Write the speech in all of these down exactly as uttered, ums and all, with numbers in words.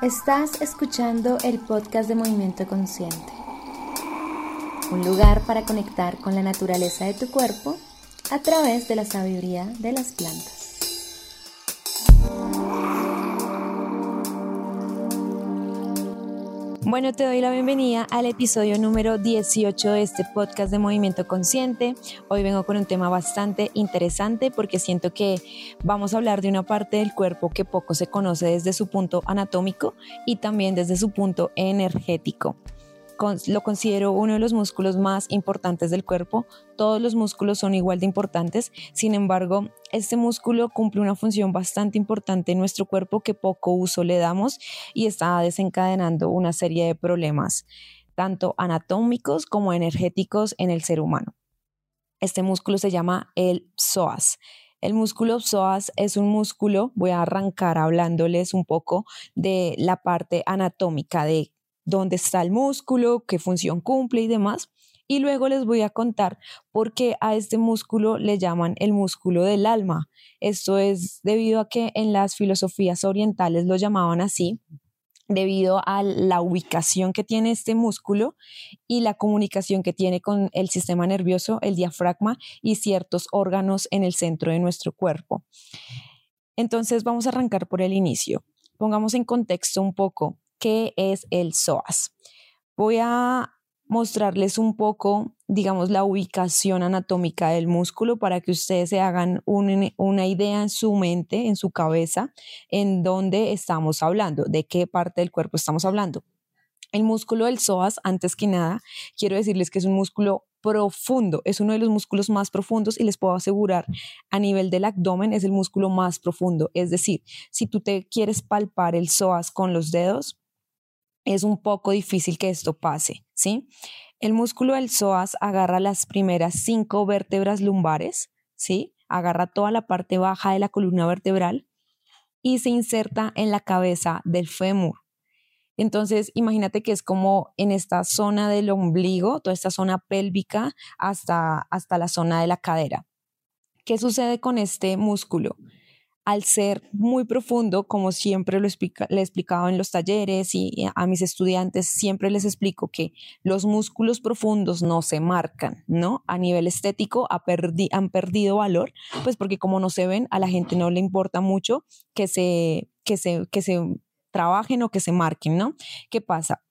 Estás escuchando el podcast de Movimiento Consciente, un lugar para conectar con la naturaleza de tu cuerpo a través de la sabiduría de las plantas. Bueno, te doy la bienvenida al episodio número dieciocho de este podcast de Movimiento Consciente. Hoy vengo con un tema bastante interesante porque siento que vamos a hablar de una parte del cuerpo que poco se conoce desde su punto anatómico y también desde su punto energético. Con, lo considero uno de los músculos más importantes del cuerpo. Todos los músculos son igual de importantes, sin embargo, este músculo cumple una función bastante importante en nuestro cuerpo que poco uso le damos y está desencadenando una serie de problemas, tanto anatómicos como energéticos en el ser humano. Este músculo se llama el psoas. El músculo psoas es un músculo, voy a arrancar hablándoles un poco de la parte anatómica de dónde está el músculo, qué función cumple y demás. Y luego les voy a contar por qué a este músculo le llaman el músculo del alma. Esto es debido a que en las filosofías orientales lo llamaban así, debido a la ubicación que tiene este músculo y la comunicación que tiene con el sistema nervioso, el diafragma y ciertos órganos en el centro de nuestro cuerpo. Entonces vamos a arrancar por el inicio. Pongamos en contexto un poco qué es el psoas. Voy a mostrarles un poco, digamos, la ubicación anatómica del músculo para que ustedes se hagan un, una idea en su mente, en su cabeza, en dónde estamos hablando, de qué parte del cuerpo estamos hablando. El músculo del psoas, antes que nada, quiero decirles que es un músculo profundo, es uno de los músculos más profundos y les puedo asegurar, a nivel del abdomen es el músculo más profundo. Es decir, si tú te quieres palpar el psoas con los dedos, es un poco difícil que esto pase, ¿sí? El músculo del psoas agarra las primeras cinco vértebras lumbares, ¿sí? Agarra toda la parte baja de la columna vertebral y se inserta en la cabeza del fémur. Entonces, imagínate que es como en esta zona del ombligo, toda esta zona pélvica hasta, hasta la zona de la cadera. ¿Qué sucede con este músculo? Al ser muy profundo, como siempre lo explica, le he explicado en los talleres y a mis estudiantes siempre les explico que los músculos profundos no se marcan, ¿no? A nivel estético ha perdi- han perdido valor, pues porque como no se ven, a la gente no le importa mucho que se, que se, que se trabajen o que se marquen, ¿no? ¿Qué pasa?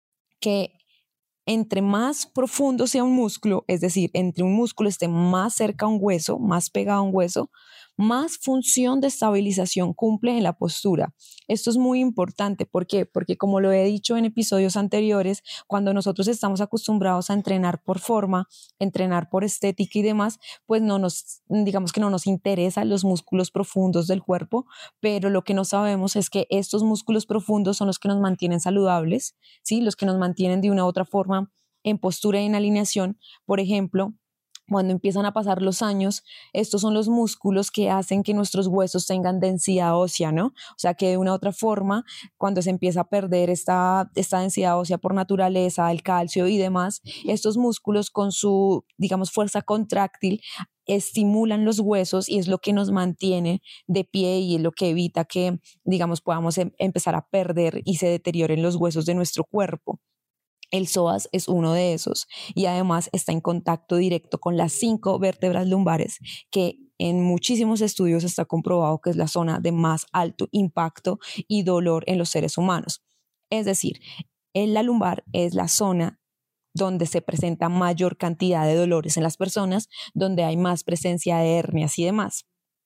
Que entre más profundo sea un músculo, es decir, entre un músculo esté más cerca a un hueso, más pegado a un hueso, más función de estabilización cumple en la postura. Esto es muy importante. ¿Por qué? Porque como lo he dicho en episodios anteriores, cuando nosotros estamos acostumbrados a entrenar por forma, entrenar por estética y demás, pues no nos, digamos que no nos interesan los músculos profundos del cuerpo, pero lo que no sabemos es que estos músculos profundos son los que nos mantienen saludables, ¿sí? Los que nos mantienen de una u otra forma en postura y en alineación. Por ejemplo, cuando empiezan a pasar los años, estos son los músculos que hacen que nuestros huesos tengan densidad ósea, ¿no? O sea, que de una u otra forma, cuando se empieza a perder esta, esta densidad ósea por naturaleza, el calcio y demás, estos músculos con su, digamos, fuerza contráctil estimulan los huesos y es lo que nos mantiene de pie y es lo que evita que, digamos, podamos em- empezar a perder y se deterioren los huesos de nuestro cuerpo. El psoas es uno de esos y además está en contacto directo con las cinco vértebras lumbares, que en muchísimos estudios está comprobado que es la zona de más alto impacto y dolor en los seres humanos. Es decir, en la lumbar es la zona donde se presenta mayor cantidad de dolores en las personas, donde hay más presencia de hernias y demás.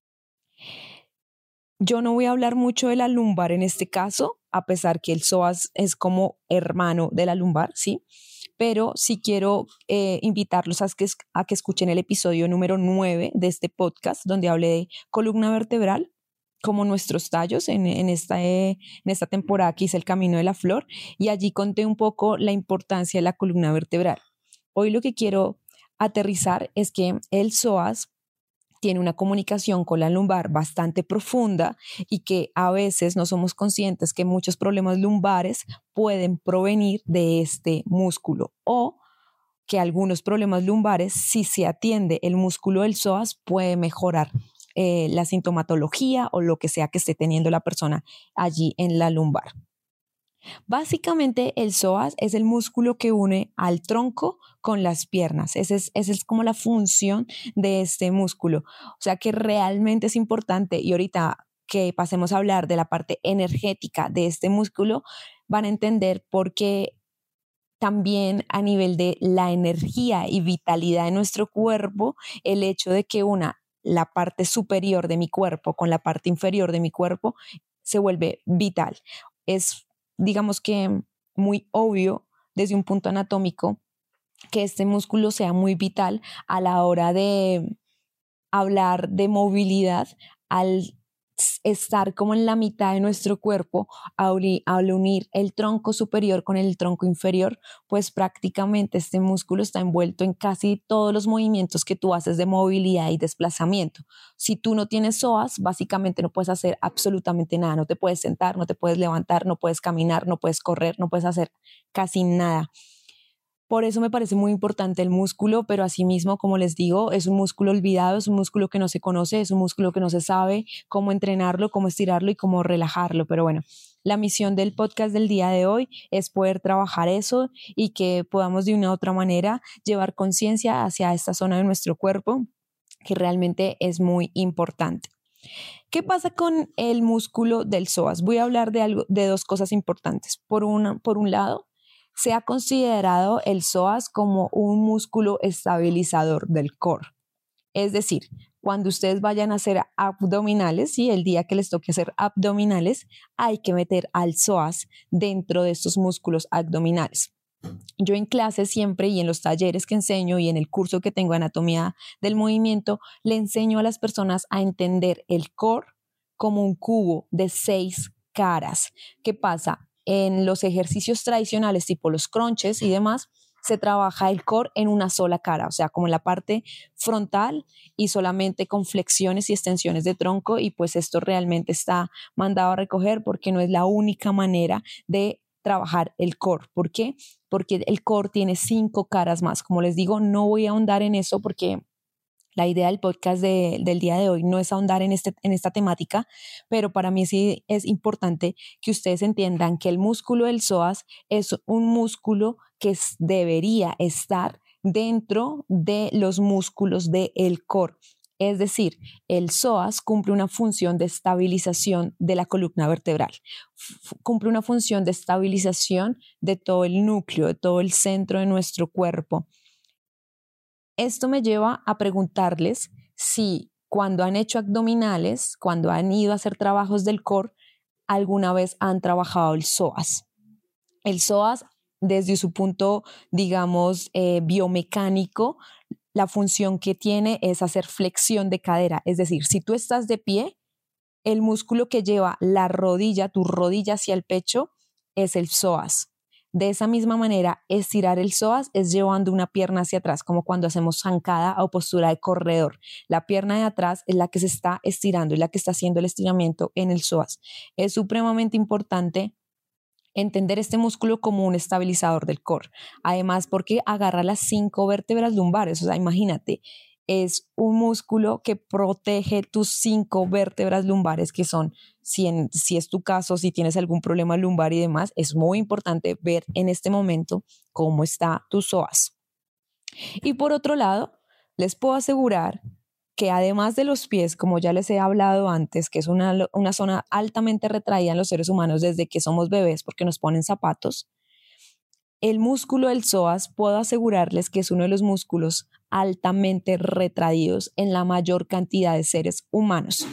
Yo no voy a hablar mucho de la lumbar en este caso, a pesar que el psoas es como hermano de la lumbar, ¿sí? Pero sí quiero eh, invitarlos a que, a que escuchen el episodio número nueve de este podcast, donde hablé de columna vertebral, como nuestros tallos en, en, esta, eh, en esta temporada que hice el camino de la flor, y allí conté un poco la importancia de la columna vertebral. Hoy lo que quiero aterrizar es que el psoas tiene una comunicación con la lumbar bastante profunda y que a veces no somos conscientes que muchos problemas lumbares pueden provenir de este músculo o que algunos problemas lumbares, si se atiende el músculo del psoas, puede mejorar eh, la sintomatología o lo que sea que esté teniendo la persona allí en la lumbar. Básicamente el psoas es el músculo que une al tronco con las piernas. Esa es, esa es como la función de este músculo. O sea que realmente es importante, y ahorita que pasemos a hablar de la parte energética de este músculo, van a entender por qué también a nivel de la energía y vitalidad de nuestro cuerpo, el hecho de que una, la parte superior de mi cuerpo con la parte inferior de mi cuerpo se vuelve vital. Es, digamos que, muy obvio desde un punto anatómico que este músculo sea muy vital a la hora de hablar de movilidad, al estar como en la mitad de nuestro cuerpo, al unir el tronco superior con el tronco inferior, pues prácticamente este músculo está envuelto en casi todos los movimientos que tú haces de movilidad y desplazamiento. Si tú no tienes psoas, básicamente no puedes hacer absolutamente nada, no te puedes sentar, no te puedes levantar, no puedes caminar, no puedes correr, no puedes hacer casi nada. Por eso me parece muy importante el músculo, pero asimismo, como les digo, es un músculo olvidado, es un músculo que no se conoce, es un músculo que no se sabe cómo entrenarlo, cómo estirarlo y cómo relajarlo. Pero bueno, la misión del podcast del día de hoy es poder trabajar eso y que podamos de una u otra manera llevar conciencia hacia esta zona de nuestro cuerpo que realmente es muy importante. ¿Qué pasa con el músculo del psoas? Voy a hablar de, algo, de dos cosas importantes. Por, una, por un lado, se ha considerado el psoas como un músculo estabilizador del core. Es decir, cuando ustedes vayan a hacer abdominales, ¿sí? El día que les toque hacer abdominales, hay que meter al psoas dentro de estos músculos abdominales. Yo en clase siempre y en los talleres que enseño y en el curso que tengo de anatomía del movimiento, le enseño a las personas a entender el core como un cubo de seis caras. ¿Qué pasa? En los ejercicios tradicionales tipo los crunches y demás, se trabaja el core en una sola cara, o sea, como en la parte frontal y solamente con flexiones y extensiones de tronco, y pues esto realmente está mandado a recoger porque no es la única manera de trabajar el core. ¿Por qué? Porque el core tiene cinco caras más. Como les digo, no voy a ahondar en eso porque la idea del podcast de, del día de hoy no es ahondar en, este, en esta temática, pero para mí sí es importante que ustedes entiendan que el músculo del psoas es un músculo que es, debería estar dentro de los músculos del core. Es decir, el psoas cumple una función de estabilización de la columna vertebral, F- cumple una función de estabilización de todo el núcleo, de todo el centro de nuestro cuerpo. Esto me lleva a preguntarles si cuando han hecho abdominales, cuando han ido a hacer trabajos del core, alguna vez han trabajado el psoas. El psoas, desde su punto, digamos, eh, biomecánico, la función que tiene es hacer flexión de cadera. Es decir, si tú estás de pie, el músculo que lleva la rodilla, tu rodilla hacia el pecho, es el psoas. De esa misma manera, estirar el psoas es llevando una pierna hacia atrás, como cuando hacemos zancada o postura de corredor. La pierna de atrás es la que se está estirando, es la que está haciendo el estiramiento en el psoas. Es supremamente importante entender este músculo como un estabilizador del core. Además, porque agarra las cinco vértebras lumbares. O sea, imagínate, es un músculo que protege tus cinco vértebras lumbares, que son, si, en, si es tu caso, si tienes algún problema lumbar y demás, es muy importante ver en este momento cómo está tu psoas. Y por otro lado, les puedo asegurar que además de los pies, como ya les he hablado antes, que es una, una zona altamente retraída en los seres humanos desde que somos bebés porque nos ponen zapatos, el músculo del psoas puedo asegurarles que es uno de los músculos altamente retraídos en la mayor cantidad de seres humanos.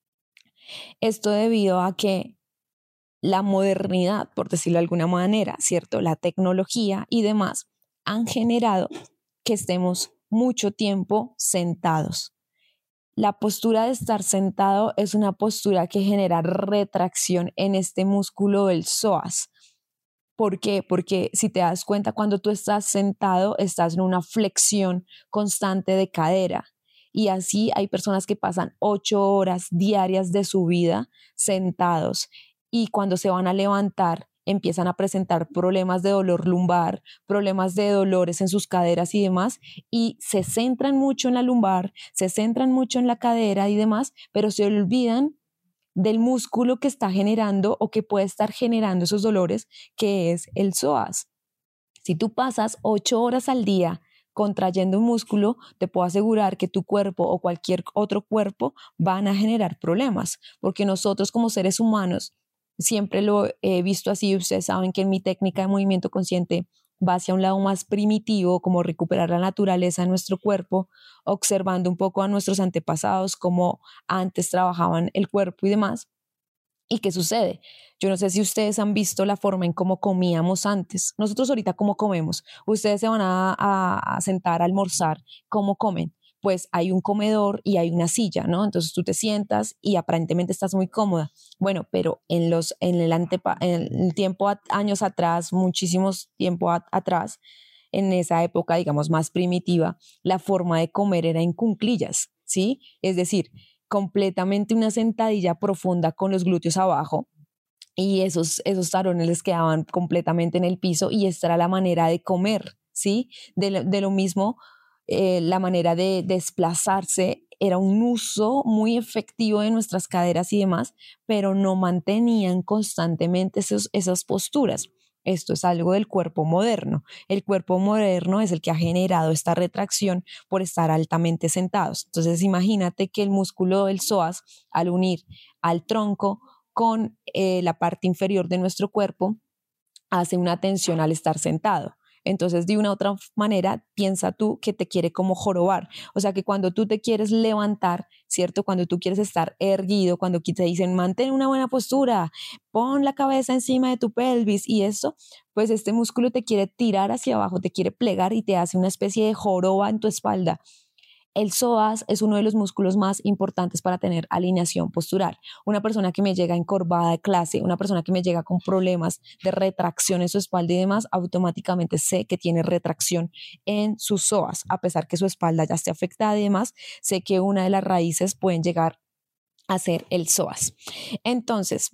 Esto debido a que la modernidad, por decirlo de alguna manera, ¿cierto? La tecnología y demás han generado que estemos mucho tiempo sentados. La postura de estar sentado es una postura que genera retracción en este músculo del psoas. ¿Por qué? Porque si te das cuenta, cuando tú estás sentado, estás en una flexión constante de cadera. Y así hay personas que pasan ocho horas diarias de su vida sentados y cuando se van a levantar empiezan a presentar problemas de dolor lumbar, problemas de dolores en sus caderas y demás, y se centran mucho en la lumbar, se centran mucho en la cadera y demás, pero se olvidan del músculo que está generando o que puede estar generando esos dolores, que es el psoas. Si tú pasas ocho horas al día contrayendo un músculo, te puedo asegurar que tu cuerpo o cualquier otro cuerpo van a generar problemas, porque nosotros como seres humanos, siempre lo he visto así, ustedes saben que en mi técnica de movimiento consciente va hacia un lado más primitivo, como recuperar la naturaleza de nuestro cuerpo, observando un poco a nuestros antepasados, cómo antes trabajaban el cuerpo y demás. ¿Y qué sucede? Yo no sé si ustedes han visto la forma en cómo comíamos antes. Nosotros ahorita cómo comemos. Ustedes se van a, a, a sentar a almorzar. ¿Cómo comen? Pues hay un comedor y hay una silla, ¿no? Entonces tú te sientas y aparentemente estás muy cómoda. Bueno, pero en, los, en, el, antepa, en el tiempo, a, años atrás, muchísimos tiempo a, atrás, en esa época, digamos, más primitiva, la forma de comer era en cuclillas, ¿sí? Es decir, completamente una sentadilla profunda con los glúteos abajo y esos, esos talones les quedaban completamente en el piso y esta era la manera de comer, ¿sí? De, lo, de lo mismo, eh, la manera de desplazarse era un uso muy efectivo de nuestras caderas y demás, pero no mantenían constantemente esos, esas posturas. Esto es algo del cuerpo moderno. El cuerpo moderno es el que ha generado esta retracción por estar altamente sentados. Entonces, imagínate que el músculo del psoas, al unir al tronco con eh, la parte inferior de nuestro cuerpo, hace una tensión al estar sentado. Entonces, de una u otra manera, piensa tú que te quiere como jorobar. O sea, que cuando tú te quieres levantar, ¿cierto? Cuando tú quieres estar erguido, cuando te dicen, mantén una buena postura, pon la cabeza encima de tu pelvis y eso, pues este músculo te quiere tirar hacia abajo, te quiere plegar y te hace una especie de joroba en tu espalda. El psoas es uno de los músculos más importantes para tener alineación postural. Una persona que me llega encorvada de clase, una persona que me llega con problemas de retracción en su espalda y demás, automáticamente sé que tiene retracción en sus psoas, a pesar que su espalda ya esté afectada y demás, sé que una de las raíces pueden llegar a ser el psoas. Entonces,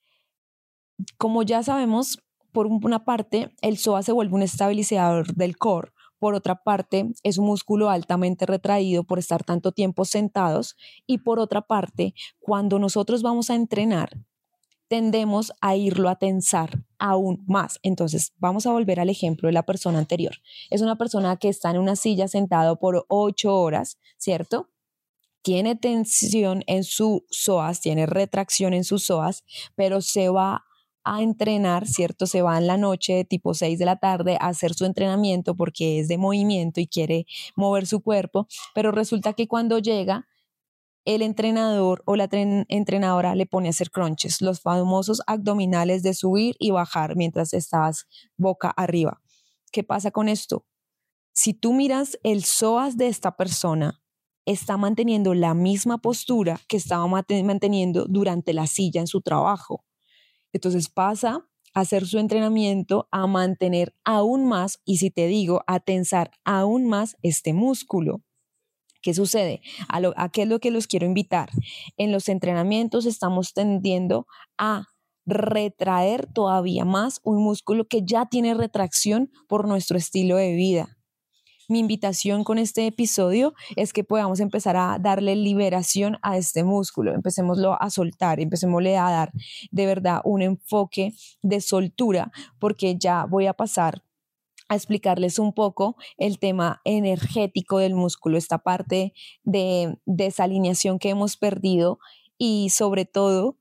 como ya sabemos, por una parte, el psoas se vuelve un estabilizador del core. Por otra parte, es un músculo altamente retraído por estar tanto tiempo sentados. Y por otra parte, cuando nosotros vamos a entrenar, tendemos a irlo a tensar aún más. Entonces, vamos a volver al ejemplo de la persona anterior. Es una persona que está en una silla sentado por ocho horas, ¿cierto? Tiene tensión en su psoas, tiene retracción en sus psoas, pero se va a entrenar, ¿cierto? Se va en la noche, tipo seis de la tarde, a hacer su entrenamiento porque es de movimiento y quiere mover su cuerpo, pero resulta que cuando llega, el entrenador o la tren- entrenadora le pone a hacer crunches, los famosos abdominales de subir y bajar mientras estás boca arriba. ¿Qué pasa con esto? Si tú miras el psoas de esta persona, está manteniendo la misma postura que estaba manteniendo durante la silla en su trabajo. Entonces pasa a hacer su entrenamiento, a mantener aún más, y si te digo, a tensar aún más este músculo. ¿Qué sucede? ¿A, lo, a qué es lo que los quiero invitar? En los entrenamientos estamos tendiendo a retraer todavía más un músculo que ya tiene retracción por nuestro estilo de vida. Mi invitación con este episodio es que podamos empezar a darle liberación a este músculo, empecémoslo a soltar, empecémosle a dar de verdad un enfoque de soltura, porque ya voy a pasar a explicarles un poco el tema energético del músculo, esta parte de desalineación que hemos perdido y sobre todo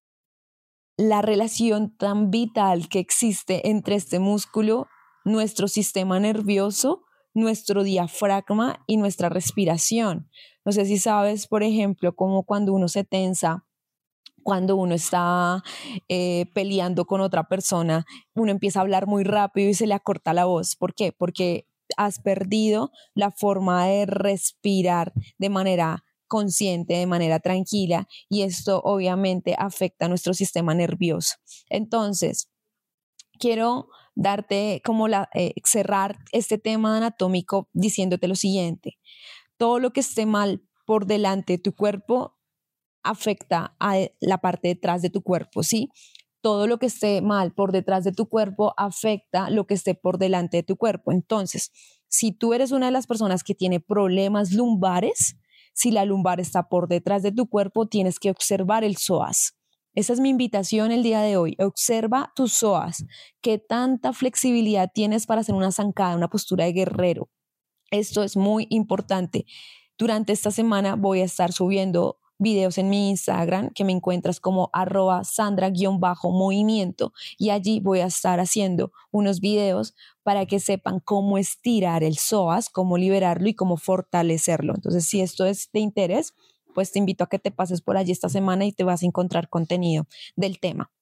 la relación tan vital que existe entre este músculo, nuestro sistema nervioso, nuestro diafragma y nuestra respiración. No sé si sabes, por ejemplo, como cuando uno se tensa, cuando uno está eh, peleando con otra persona, uno empieza a hablar muy rápido y se le acorta la voz. ¿Por qué? Porque has perdido la forma de respirar de manera consciente, de manera tranquila, y esto obviamente afecta a nuestro sistema nervioso. Entonces, quiero darte como la, eh, cerrar este tema anatómico diciéndote lo siguiente: todo lo que esté mal por delante de tu cuerpo afecta a la parte detrás de tu cuerpo, ¿sí? Todo lo que esté mal por detrás de tu cuerpo afecta lo que esté por delante de tu cuerpo. Entonces, si tú eres una de las personas que tiene problemas lumbares, Si la lumbar está por detrás de tu cuerpo, tienes que observar el psoas. Esa es mi invitación el día de hoy. Observa tus psoas. ¿Qué tanta flexibilidad tienes para hacer una zancada, una postura de guerrero? Esto es muy importante. Durante esta semana voy a estar subiendo videos en mi Instagram, que me encuentras como arroba sandra-movimiento, y allí voy a estar haciendo unos videos para que sepan cómo estirar el psoas, cómo liberarlo y cómo fortalecerlo. Entonces, si esto es de interés, pues te invito a que te pases por allí esta semana y te vas a encontrar contenido del tema.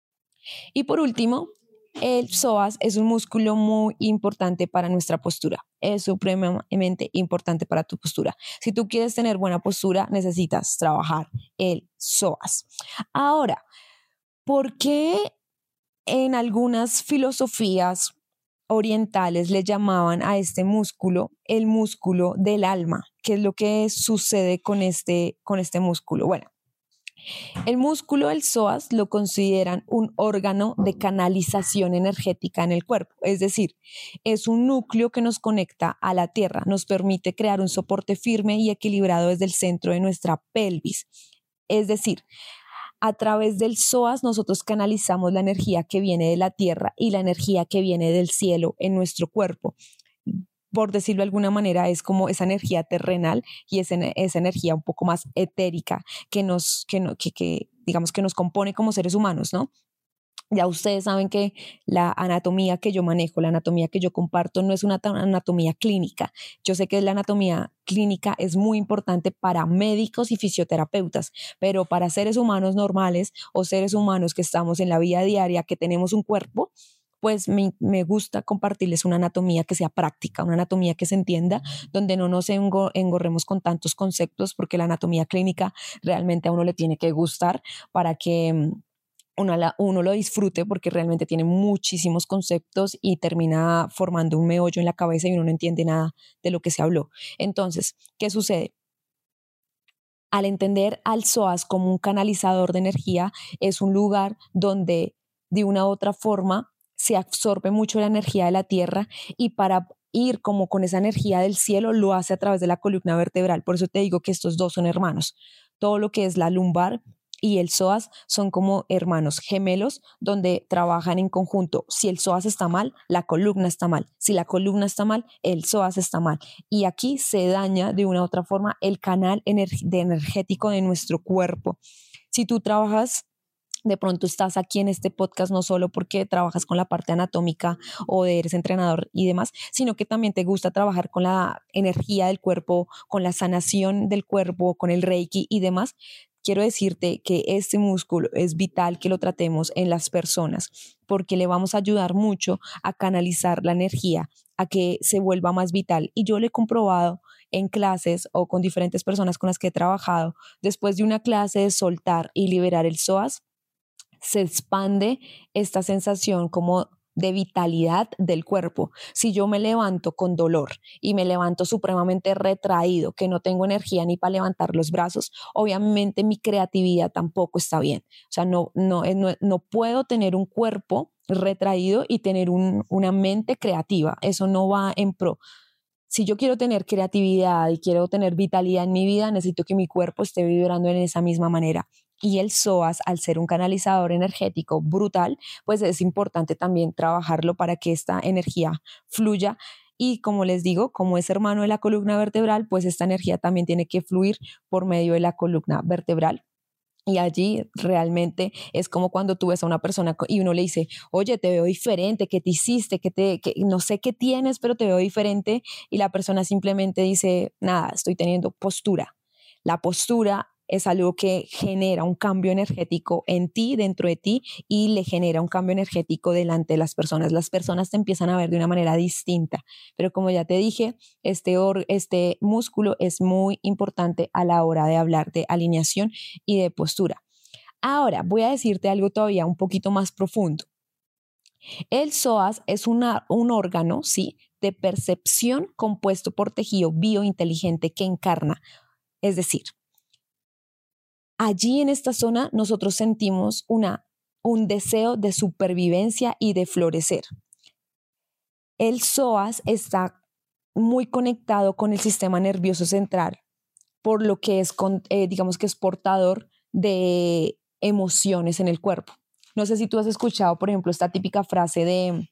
Y por último, el psoas es un músculo muy importante para nuestra postura. Es supremamente importante para tu postura. Si tú quieres tener buena postura, necesitas trabajar el psoas. Ahora, ¿por qué en algunas filosofías orientales le llamaban a este músculo el músculo del alma? ¿Qué es lo que sucede con este, con este músculo? Bueno, el músculo del psoas lo consideran un órgano de canalización energética en el cuerpo, es decir, es un núcleo que nos conecta a la tierra, nos permite crear un soporte firme y equilibrado desde el centro de nuestra pelvis. Es decir, a través del psoas nosotros canalizamos la energía que viene de la tierra y la energía que viene del cielo en nuestro cuerpo. Por decirlo de alguna manera, es como esa energía terrenal y esa, esa energía un poco más etérica que nos, que, no, que, que, digamos que nos compone como seres humanos, ¿no? Ya ustedes saben que la anatomía que yo manejo, la anatomía que yo comparto, no es una anatomía clínica. Yo sé que la anatomía clínica es muy importante para médicos y fisioterapeutas, pero para seres humanos normales o seres humanos que estamos en la vida diaria, que tenemos un cuerpo, pues me, me gusta compartirles una anatomía que sea práctica, una anatomía que se entienda, donde no nos engor- engorremos con tantos conceptos, porque la anatomía clínica realmente a uno le tiene que gustar para que uno, la, uno lo disfrute, porque realmente tiene muchísimos conceptos y termina formando un meollo en la cabeza y uno no entiende nada de lo que se habló. Entonces, ¿qué sucede? Al entender al psoas como un canalizador de energía, es un lugar donde de una u otra forma se absorbe mucho la energía de la tierra, y para ir como con esa energía del cielo lo hace a través de la columna vertebral. Por eso te digo que estos dos son hermanos. Todo lo que es la lumbar y el psoas son como hermanos gemelos donde trabajan en conjunto. Si el psoas está mal, la columna está mal. Si la columna está mal, el psoas está mal. Y aquí se daña de una u otra forma el canal ener- de energético de nuestro cuerpo. Si tú trabajas, de pronto estás aquí en este podcast no solo porque trabajas con la parte anatómica o eres entrenador y demás, sino que también te gusta trabajar con la energía del cuerpo, con la sanación del cuerpo, con el Reiki y demás. Quiero decirte que este músculo es vital que lo tratemos en las personas, porque le vamos a ayudar mucho a canalizar la energía, a que se vuelva más vital. Y yo lo he comprobado en clases o con diferentes personas con las que he trabajado. Después de una clase de soltar y liberar el psoas, se expande esta sensación como de vitalidad del cuerpo. Si yo me levanto con dolor y me levanto supremamente retraído, que no tengo energía ni para levantar los brazos, obviamente mi creatividad tampoco está bien. O sea, no, no, no, no puedo tener un cuerpo retraído y tener un, una mente creativa. Eso no va en pro. Si yo quiero tener creatividad y quiero tener vitalidad en mi vida, necesito que mi cuerpo esté vibrando en esa misma manera. Y el psoas, al ser un canalizador energético brutal, pues es importante también trabajarlo para que esta energía fluya. Y como les digo, como es hermano de la columna vertebral, pues esta energía también tiene que fluir por medio de la columna vertebral. Y allí realmente es como cuando tú ves a una persona y uno le dice, oye, te veo diferente, ¿qué te hiciste? ¿Qué te, qué, no sé qué tienes, pero te veo diferente. Y la persona simplemente dice, nada, estoy teniendo postura. La postura es algo que genera un cambio energético en ti, dentro de ti, y le genera un cambio energético delante de las personas. Las personas te empiezan a ver de una manera distinta. Pero como ya te dije, este, or, este músculo es muy importante a la hora de hablar de alineación y de postura. Ahora voy a decirte algo todavía un poquito más profundo. El psoas es una, un órgano, ¿sí?, de percepción compuesto por tejido biointeligente que encarna. Es decir, allí en esta zona nosotros sentimos una, un deseo de supervivencia y de florecer. El psoas está muy conectado con el sistema nervioso central, por lo que es, con, eh, digamos que es portador de emociones en el cuerpo. No sé si tú has escuchado, por ejemplo, esta típica frase de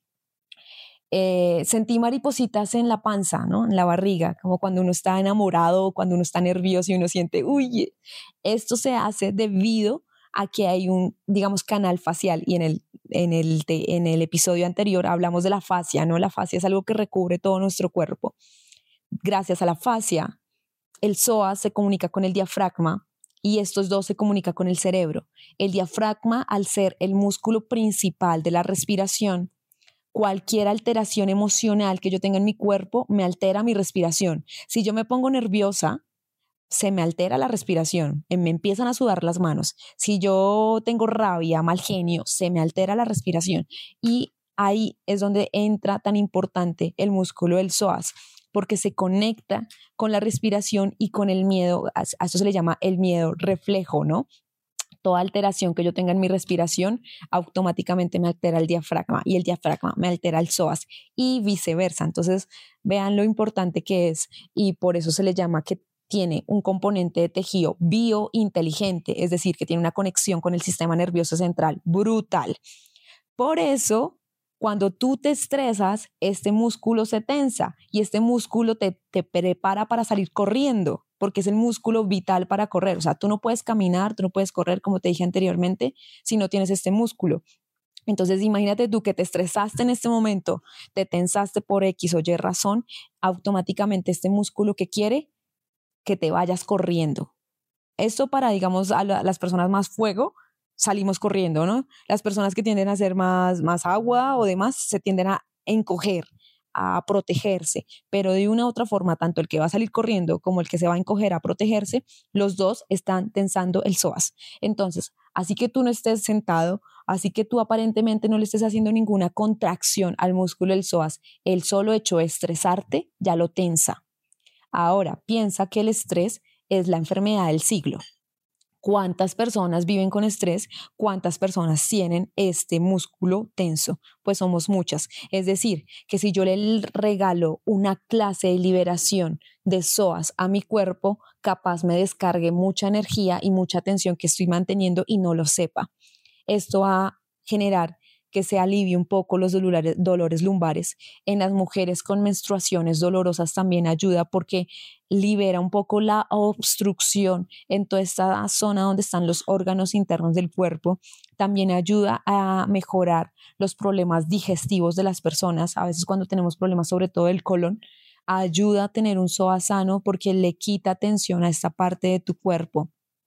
eh, sentí maripositas en la panza, ¿no? En la barriga, como cuando uno está enamorado, cuando uno está nervioso y uno siente, uy, esto se hace debido a que hay un, digamos, canal facial. Y en el, en el, te, en el episodio anterior hablamos de la fascia, ¿no? La fascia es algo que recubre todo nuestro cuerpo. Gracias a la fascia, el psoas se comunica con el diafragma y estos dos se comunican con el cerebro. El diafragma, al ser el músculo principal de la respiración, cualquier alteración emocional que yo tenga en mi cuerpo me altera mi respiración. Si yo me pongo nerviosa, se me altera la respiración, me empiezan a sudar las manos. Si yo tengo rabia, mal genio, se me altera la respiración. Y ahí es donde entra tan importante el músculo del psoas, porque se conecta con la respiración y con el miedo. A esto se le llama el miedo reflejo, ¿no? Toda alteración que yo tenga en mi respiración automáticamente me altera el diafragma y el diafragma me altera el psoas y viceversa. Entonces, vean lo importante que es y por eso se le llama que tiene un componente de tejido biointeligente, es decir, que tiene una conexión con el sistema nervioso central brutal. Por eso, cuando tú te estresas, este músculo se tensa y este músculo te, te prepara para salir corriendo, porque es el músculo vital para correr. O sea, tú no puedes caminar, tú no puedes correr, como te dije anteriormente, si no tienes este músculo. Entonces, imagínate tú que te estresaste en este momento, te tensaste por X o Y razón, automáticamente este músculo que quiere que te vayas corriendo. Esto para, digamos, a la, las personas más fuego, salimos corriendo, ¿no? Las personas que tienden a hacer más, más agua o demás se tienden a encoger, a protegerse, pero de una u otra forma, tanto el que va a salir corriendo como el que se va a encoger a protegerse, los dos están tensando el psoas. Entonces, así que tú no estés sentado, así que tú aparentemente no le estés haciendo ninguna contracción al músculo del psoas, el solo hecho de estresarte ya lo tensa. Ahora, piensa que el estrés es la enfermedad del siglo. ¿Cuántas personas viven con estrés? ¿Cuántas personas tienen este músculo tenso? Pues somos muchas. Es decir, que si yo le regalo una clase de liberación de psoas a mi cuerpo, capaz me descargue mucha energía y mucha tensión que estoy manteniendo y no lo sepa. Esto va a generar que se alivie un poco los dolores, dolores lumbares. En las mujeres con menstruaciones dolorosas también ayuda porque libera un poco la obstrucción en toda esta zona donde están los órganos internos del cuerpo. También ayuda a mejorar los problemas digestivos de las personas. A veces cuando tenemos problemas, sobre todo del colon, ayuda a tener un psoas sano porque le quita tensión a esta parte de tu cuerpo.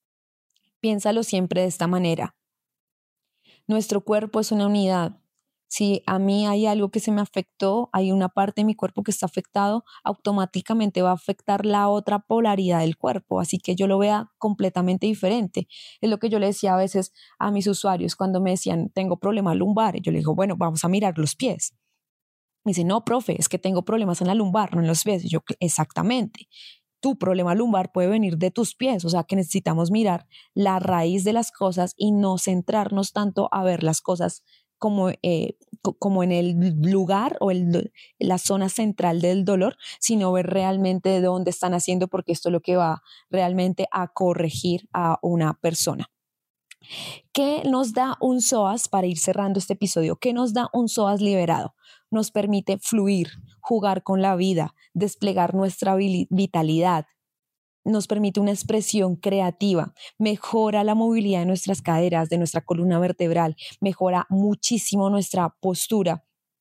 Piénsalo siempre de esta manera. Nuestro cuerpo es una unidad. Si a mí hay algo que se me afectó, hay una parte de mi cuerpo que está afectado, automáticamente va a afectar la otra polaridad del cuerpo, así que yo lo vea completamente diferente. Es lo que yo le decía a veces a mis usuarios cuando me decían, tengo problemas lumbares. Yo le digo, bueno, vamos a mirar los pies. Me dice, no, profe, es que tengo problemas en la lumbar, no en los pies. Y yo, exactamente. Tu problema lumbar puede venir de tus pies, o sea que necesitamos mirar la raíz de las cosas y no centrarnos tanto a ver las cosas como, eh, como en el lugar o el, la zona central del dolor, sino ver realmente de dónde están haciendo, porque esto es lo que va realmente a corregir a una persona. ¿Qué nos da un psoas para ir cerrando este episodio? ¿Qué nos da un psoas liberado? Nos permite fluir, jugar con la vida, desplegar nuestra vitalidad, nos permite una expresión creativa, mejora la movilidad de nuestras caderas, de nuestra columna vertebral, mejora muchísimo nuestra postura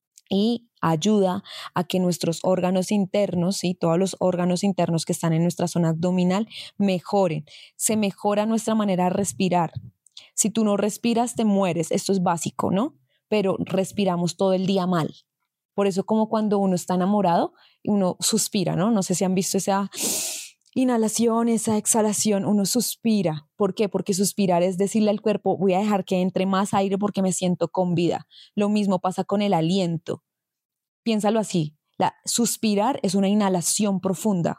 y ayuda a que nuestros órganos internos, ¿sí? Todos los órganos internos que están en nuestra zona abdominal mejoren. Se mejora nuestra manera de respirar. Si tú no respiras, te mueres. Esto es básico, ¿no? Pero respiramos todo el día mal. Por eso, como cuando uno está enamorado, uno suspira, ¿no? No sé si han visto esa inhalación, esa exhalación, uno suspira. ¿Por qué? Porque suspirar es decirle al cuerpo, voy a dejar que entre más aire porque me siento con vida. Lo mismo pasa con el aliento. Piénsalo así, la, suspirar es una inhalación profunda,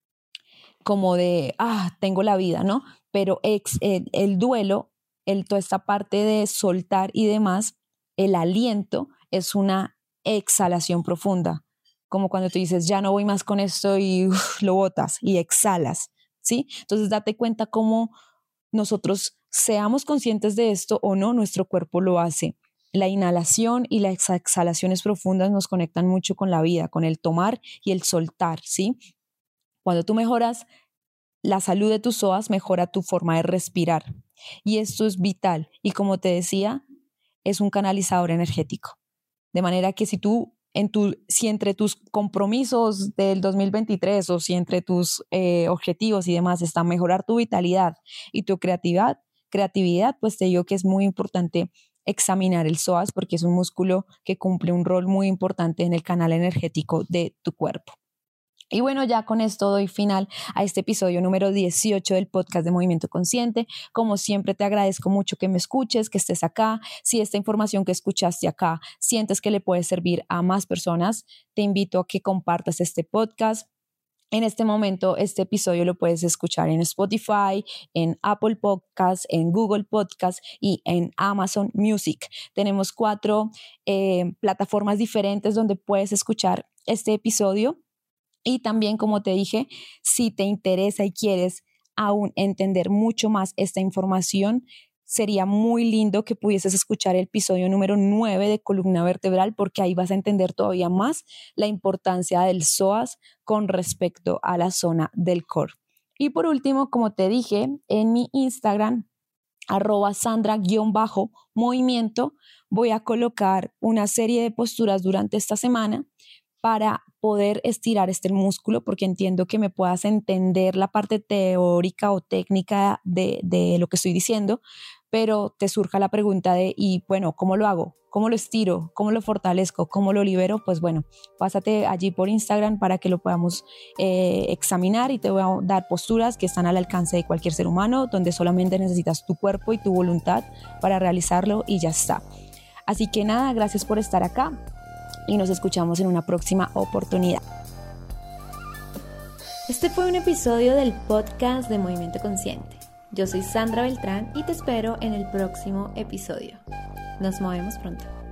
como de, ah, tengo la vida, ¿no? Pero ex, el, el duelo, el, toda esta parte de soltar y demás, el aliento es una exhalación profunda, como cuando tú dices, ya no voy más con esto y uf, lo botas y exhalas, ¿sí? Entonces date cuenta cómo nosotros seamos conscientes de esto o no, nuestro cuerpo lo hace. La inhalación y las exhalaciones profundas nos conectan mucho con la vida, con el tomar y el soltar, ¿sí? Cuando tú mejoras la salud de tus psoas, mejora tu forma de respirar. Y esto es vital. Y como te decía, es un canalizador energético. De manera que si tú, en tu, si entre tus compromisos del dos mil veintitrés o si entre tus eh, objetivos y demás está mejorar tu vitalidad y tu creatividad, creatividad, pues te digo que es muy importante examinar el psoas porque es un músculo que cumple un rol muy importante en el canal energético de tu cuerpo. Y bueno, ya con esto doy final a este episodio número dieciocho del podcast de Movimiento Consciente. Como siempre te agradezco mucho que me escuches, que estés acá. Si esta información que escuchaste acá sientes que le puede servir a más personas, te invito a que compartas este podcast. En este momento, este episodio lo puedes escuchar en Spotify, en Apple Podcasts, en Google Podcasts y en Amazon Music. Tenemos cuatro eh, plataformas diferentes donde puedes escuchar este episodio. Y también, como te dije, si te interesa y quieres aún entender mucho más esta información, sería muy lindo que pudieses escuchar el episodio número nueve de Columna Vertebral, porque ahí vas a entender todavía más la importancia del psoas con respecto a la zona del core. Y por último, como te dije, en mi Instagram, arroba Sandra-movimiento, voy a colocar una serie de posturas durante esta semana para poder estirar este músculo, porque entiendo que me puedas entender la parte teórica o técnica de, de lo que estoy diciendo, pero te surja la pregunta de, y bueno, ¿cómo lo hago? ¿Cómo lo estiro? ¿Cómo lo fortalezco? ¿Cómo lo libero? Pues bueno, pásate allí por Instagram para que lo podamos eh, examinar y te voy a dar posturas que están al alcance de cualquier ser humano, donde solamente necesitas tu cuerpo y tu voluntad para realizarlo y ya está. Así que nada, gracias por estar acá. Y nos escuchamos en una próxima oportunidad. Este fue un episodio del podcast de Movimiento Consciente. Yo soy Sandra Beltrán y te espero en el próximo episodio. Nos movemos pronto.